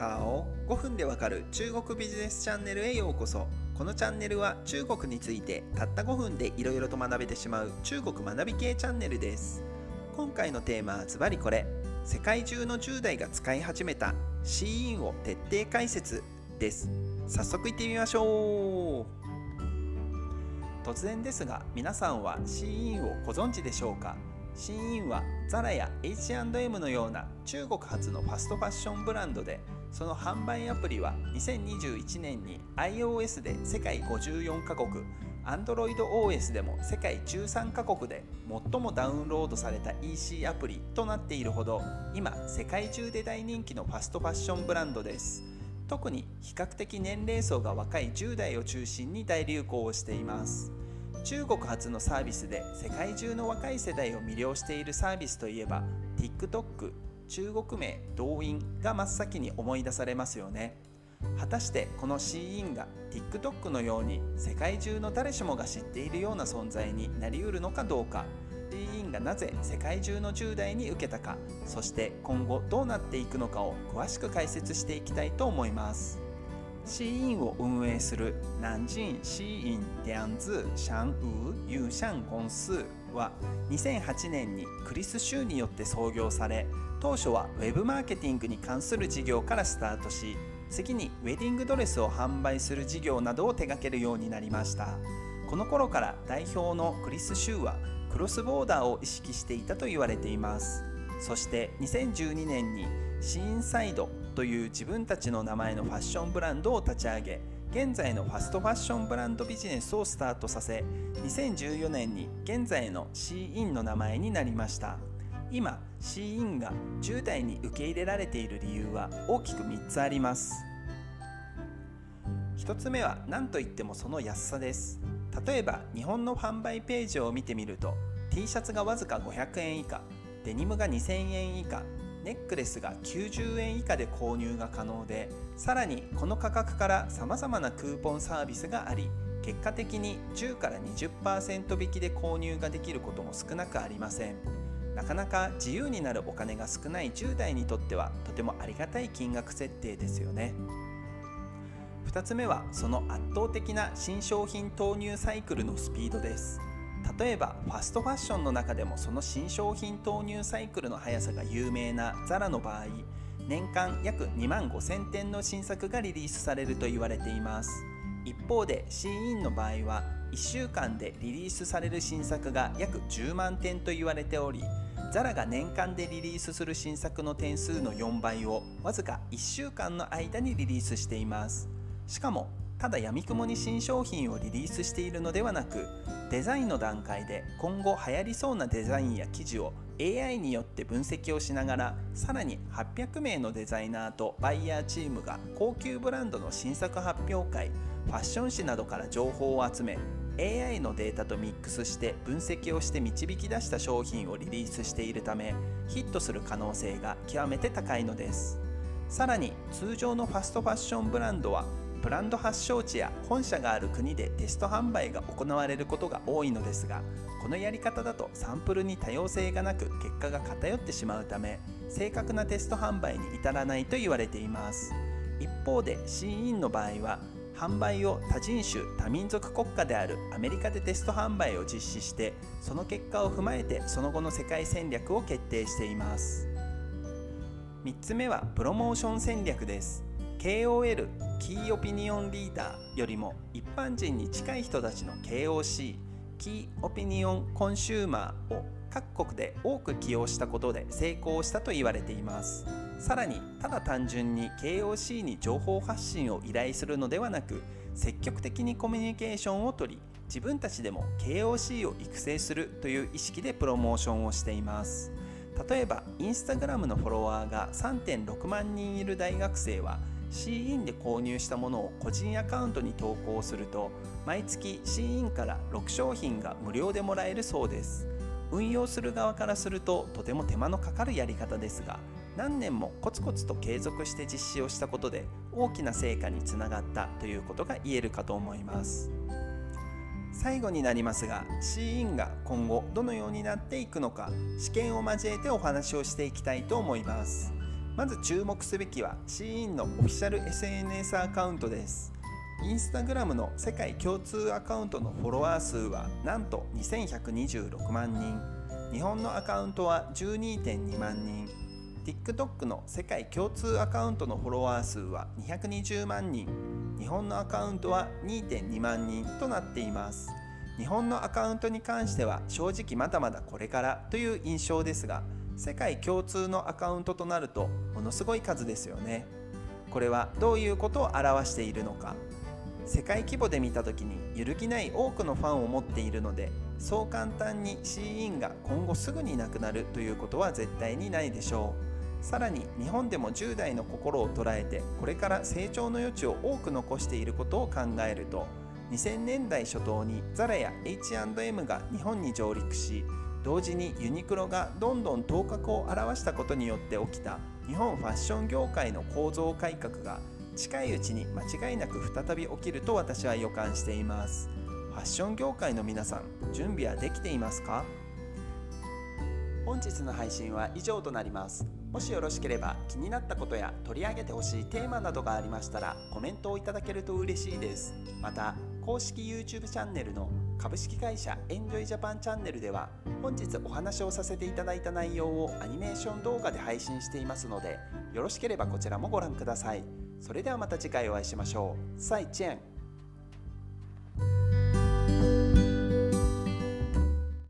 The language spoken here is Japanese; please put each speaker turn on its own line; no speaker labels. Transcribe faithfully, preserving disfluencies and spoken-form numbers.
ハオ、ごふんでわかる中国ビジネスチャンネルへようこそ。このチャンネルは中国についてたったごふんでいろいろと学べてしまう中国学び系チャンネルです。今回のテーマはズバリこれ、世界中のじゅう代が使い始めた シーイン を徹底解説です。早速いってみましょう。突然ですが、皆さんは シーイン をご存知でしょうか？ シーイン はザラや エイチアンドエム のような中国発のファストファッションブランドで、その販売アプリはにせんにじゅういちねんに iOS で世界ごじゅうよんカ国、AndroidOS でも世界じゅうさんカ国で最もダウンロードされた イーシー アプリとなっているほど、今世界中で大人気のファストファッションブランドです。特に比較的年齢層が若いじゅう代を中心に大流行をしています。中国発のサービスで世界中の若い世代を魅了しているサービスといえば TikTok、中国名ドウインが真っ先に思い出されますよね。果たしてこの シーイン が TikTok のように世界中の誰しもが知っているような存在になりうるのかどうか、 シーイン がなぜ世界中のじゅう代に受けたか、そして今後どうなっていくのかを詳しく解説していきたいと思います。シーイン を運営する南京シーイン两字商務有限公司はにせんはちねんにクリス・シュウによって創業され、当初はウェブマーケティングに関する事業からスタートし、次にウェディングドレスを販売する事業などを手掛けるようになりました。この頃から代表のクリス・シュウはクロスボーダーを意識していたと言われています。そしてにせんじゅうにねんにシーインサイドという自分たちの名前のファッションブランドを立ち上げ、現在のファストファッションブランドビジネスをスタートさせ、にせんじゅうよねんに現在の シーイン の名前になりました。今 シーイン がじゅう代に受け入れられている理由は大きくみっつあります。ひとつめは何といってもその安さです。例えば日本の販売ページを見てみると、 T シャツがわずかごひゃくえん以下、デニムがにせんえん以下、ネックレスがきゅうじゅうえん以下で購入が可能で、さらにこの価格からさまざまなクーポンサービスがあり、結果的にじゅうからにじゅっパーセント引きで購入ができることも少なくありません。なかなか自由になるお金が少ないじゅう代にとってはとてもありがたい金額設定ですよね。ふたつめはその圧倒的な新商品投入サイクルのスピードです。例えばファストファッションの中でもその新商品投入サイクルの速さが有名なザラの場合、年間約にまんごせんてんの新作がリリースされると言われています。一方で シーイン の場合はいっしゅうかんでリリースされる新作が約じゅうまんてんと言われており、ザラが年間でリリースする新作の点数のよんばいをわずかいっしゅうかんの間にリリースしています。しかもただやみくもに新商品をリリースしているのではなく、デザインの段階で今後流行りそうなデザインや生地を エーアイ によって分析をしながら、さらにはっぴゃくめいのデザイナーとバイヤーチームが高級ブランドの新作発表会、ファッション誌などから情報を集め、 エーアイ のデータとミックスして分析をして導き出した商品をリリースしているため、ヒットする可能性が極めて高いのです。さらに通常のファストファッションブランドはブランド発祥地や本社がある国でテスト販売が行われることが多いのですが、このやり方だとサンプルに多様性がなく結果が偏ってしまうため、正確なテスト販売に至らないと言われています。一方で シーイン の場合は販売を多人種多民族国家であるアメリカでテスト販売を実施して、その結果を踏まえてその後の世界戦略を決定しています。みっつめはプロモーション戦略です。ケーオーエル キーオピニオンリーダーよりも一般人に近い人たちの ケーオーシー キーオピニオンコンシューマーを各国で多く起用したことで成功したと言われています。さらにただ単純に ケーオーシー に情報発信を依頼するのではなく、積極的にコミュニケーションをとり、自分たちでも ケーオーシー を育成するという意識でプロモーションをしています。例えばインスタグラムのフォロワーが さんてんろくまんにんいる大学生は、シーイン で購入したものを個人アカウントに投稿すると、毎月 シーイン からろくしょうひんが無料でもらえるそうです。運用する側からするととても手間のかかるやり方ですが、何年もコツコツと継続して実施をしたことで大きな成果につながったということが言えるかと思います。最後になりますが、シーイン が今後どのようになっていくのか、試験を交えてお話をしていきたいと思います。 まず注目すべきは シーインのオフィシャル エスエヌエス アカウントです。インスタグラムの世界共通アカウントのフォロワー数はなんとにせんひゃくにじゅうろくまんにん、日本のアカウントは じゅうにてんにまんにん、TikTok の世界共通アカウントのフォロワー数はにひゃくにじゅうまんにん、日本のアカウントは にてんにまんにんとなっています。日本のアカウントに関しては正直まだまだこれからという印象ですが、世界共通のアカウントとなるとものすごい数ですよね。これはどういうことを表しているのか。世界規模で見た時に揺るぎない多くのファンを持っているので、そう簡単に シーインが今後すぐになくなるということは絶対にないでしょう。さらに日本でもじゅう代の心を捉えてこれから成長の余地を多く残していることを考えると、にせんねんだい初頭にザラや エイチアンドエム が日本に上陸し、同時にユニクロがどんどん頭角を現したことによって起きた日本ファッション業界の構造改革が近いうちに間違いなく再び起きると私は予感しています。ファッション業界の皆さん、準備はできていますか？本日の配信は以上となります。もしよろしければ気になったことや取り上げてほしいテーマなどがありましたらコメントをいただけると嬉しいです。また公式 YouTube チャンネルの株式会社エンジョイジャパンチャンネルでは本日お話をさせていただいた内容をアニメーション動画で配信していますので、よろしければこちらもご覧ください。それではまた次回お会いしましょう。再见。